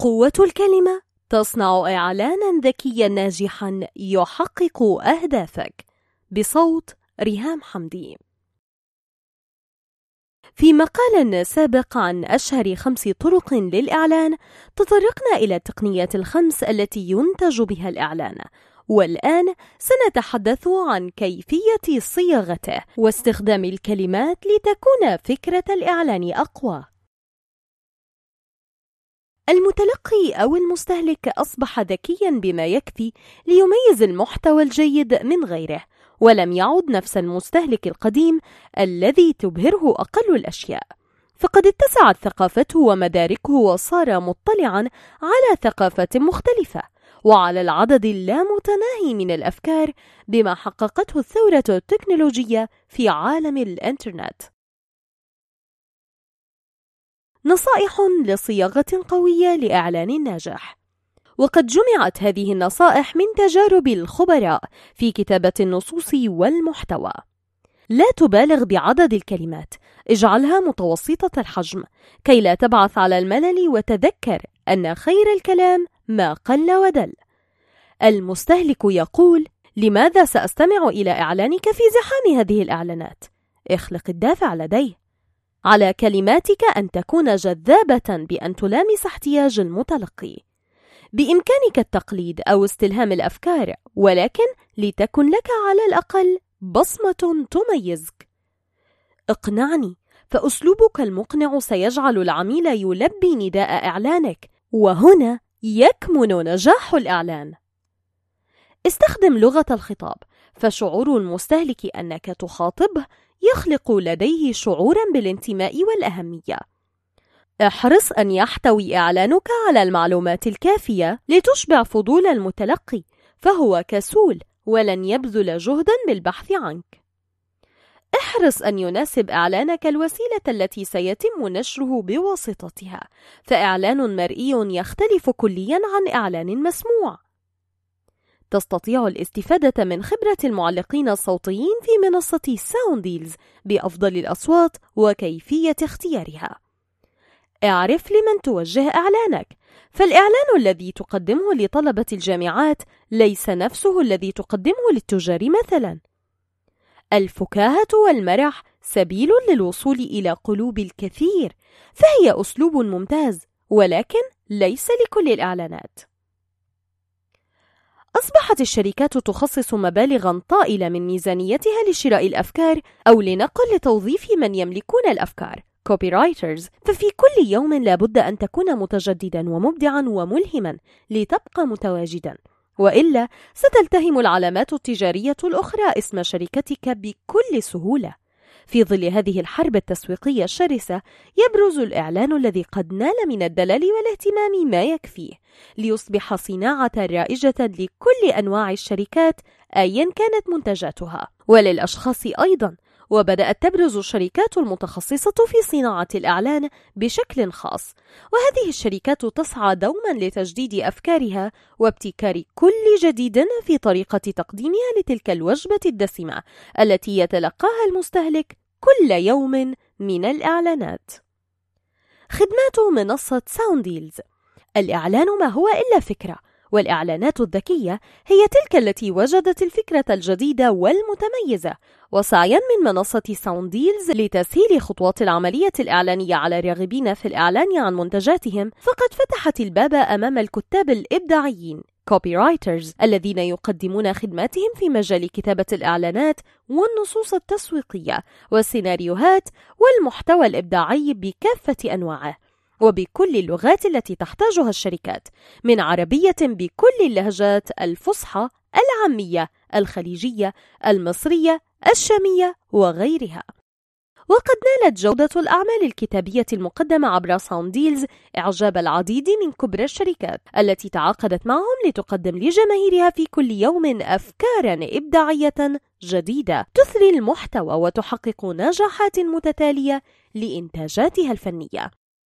قوة الكلمة تصنع إعلانا ذكيا ناجحا يحقق أهدافك. بصوت ريهام حمدي. في مقال سابق عن أشهر 5 طرق للإعلان تطرقنا إلى التقنيات ال5 التي ينتج بها الإعلان، والآن سنتحدث عن كيفية صياغته واستخدام الكلمات لتكون فكرة الإعلان أقوى. المتلقي أو المستهلك أصبح ذكياً بما يكفي ليميز المحتوى الجيد من غيره، ولم يعد نفس المستهلك القديم الذي تبهره أقل الأشياء، فقد اتسعت ثقافته ومداركه وصار مطلعاً على ثقافات مختلفة وعلى العدد اللامتناهي من الأفكار، بما حققته الثورة التكنولوجية في عالم الإنترنت. نصائح لصياغة قوية لإعلان ناجح. وقد جمعت هذه النصائح من تجارب الخبراء في كتابة النصوص والمحتوى. لا تبالغ بعدد الكلمات، اجعلها متوسطة الحجم كي لا تبعث على الملل، وتذكر أن خير الكلام ما قل ودل. المستهلك يقول: لماذا سأستمع إلى إعلانك في زحام هذه الإعلانات؟ اخلق الدافع لديه. على كلماتك أن تكون جذابة بأن تلامس احتياج المتلقي. بإمكانك التقليد أو استلهام الأفكار، ولكن لتكن لك على الأقل بصمة تميزك. اقنعني، فأسلوبك المقنع سيجعل العميل يلبي نداء إعلانك، وهنا يكمن نجاح الإعلان. استخدم لغة الخطاب، فشعور المستهلك أنك تخاطبه يخلق لديه شعورا بالانتماء والأهمية. احرص أن يحتوي إعلانك على المعلومات الكافية لتشبع فضول المتلقي، فهو كسول ولن يبذل جهدا بالبحث عنك. احرص أن يناسب إعلانك الوسيلة التي سيتم نشره بواسطتها، فإعلان مرئي يختلف كليا عن إعلان مسموع. تستطيع الاستفادة من خبرة المعلقين الصوتيين في منصة ساونديلز بأفضل الأصوات وكيفية اختيارها. اعرف لمن توجه إعلانك، فالإعلان الذي تقدمه لطلبة الجامعات ليس نفسه الذي تقدمه للتجار مثلا. الفكاهة والمرح سبيل للوصول إلى قلوب الكثير، فهي أسلوب ممتاز، ولكن ليس لكل الإعلانات. أصبحت الشركات تخصص مبالغا طائلة من ميزانيتها لشراء الأفكار، أو لنقل لتوظيف من يملكون الأفكار copywriters، ففي كل يوم لابد أن تكون متجددا ومبدعا وملهما لتبقى متواجدا، وإلا ستلتهم العلامات التجارية الأخرى اسم شركتك بكل سهولة. في ظل هذه الحرب التسويقية الشرسة، يبرز الإعلان الذي قد نال من الدلال والاهتمام ما يكفيه ليصبح صناعة رائجة لكل أنواع الشركات أيا كانت منتجاتها، وللأشخاص أيضا. وبدأت تبرز الشركات المتخصصة في صناعة الإعلان بشكل خاص، وهذه الشركات تسعى دوما لتجديد أفكارها وابتكار كل جديد في طريقة تقديمها لتلك الوجبة الدسمة التي يتلقاها المستهلك كل يوم من الإعلانات. خدمات منصة ساونديلز. الإعلان ما هو إلا فكرة، والإعلانات الذكية هي تلك التي وجدت الفكرة الجديدة والمتميزة. وسعيا من منصة ساونديلز لتسهيل خطوات العملية الإعلانية على الراغبين في الإعلان عن منتجاتهم، فقد فتحت الباب أمام الكتاب الإبداعيين copywriters الذين يقدمون خدماتهم في مجال كتابة الإعلانات والنصوص التسويقية والسيناريوهات والمحتوى الإبداعي بكافة أنواعه وبكل اللغات التي تحتاجها الشركات، من عربية بكل اللهجات الفصحى، العامية، الخليجية، المصرية، الشامية وغيرها. وقد نالت جودة الأعمال الكتابية المقدمة عبر ساونديلز إعجاب العديد من كبرى الشركات التي تعاقدت معهم لتقدم لجماهيرها في كل يوم أفكاراً إبداعية جديدة تثري المحتوى وتحقق نجاحات متتالية لإنتاجاتها الفنية.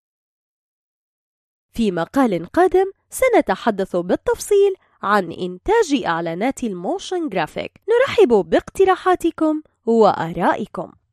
في مقال قادم سنتحدث بالتفصيل عن إنتاج إعلانات الموشن جرافيك. نرحب باقتراحاتكم وآرائكم.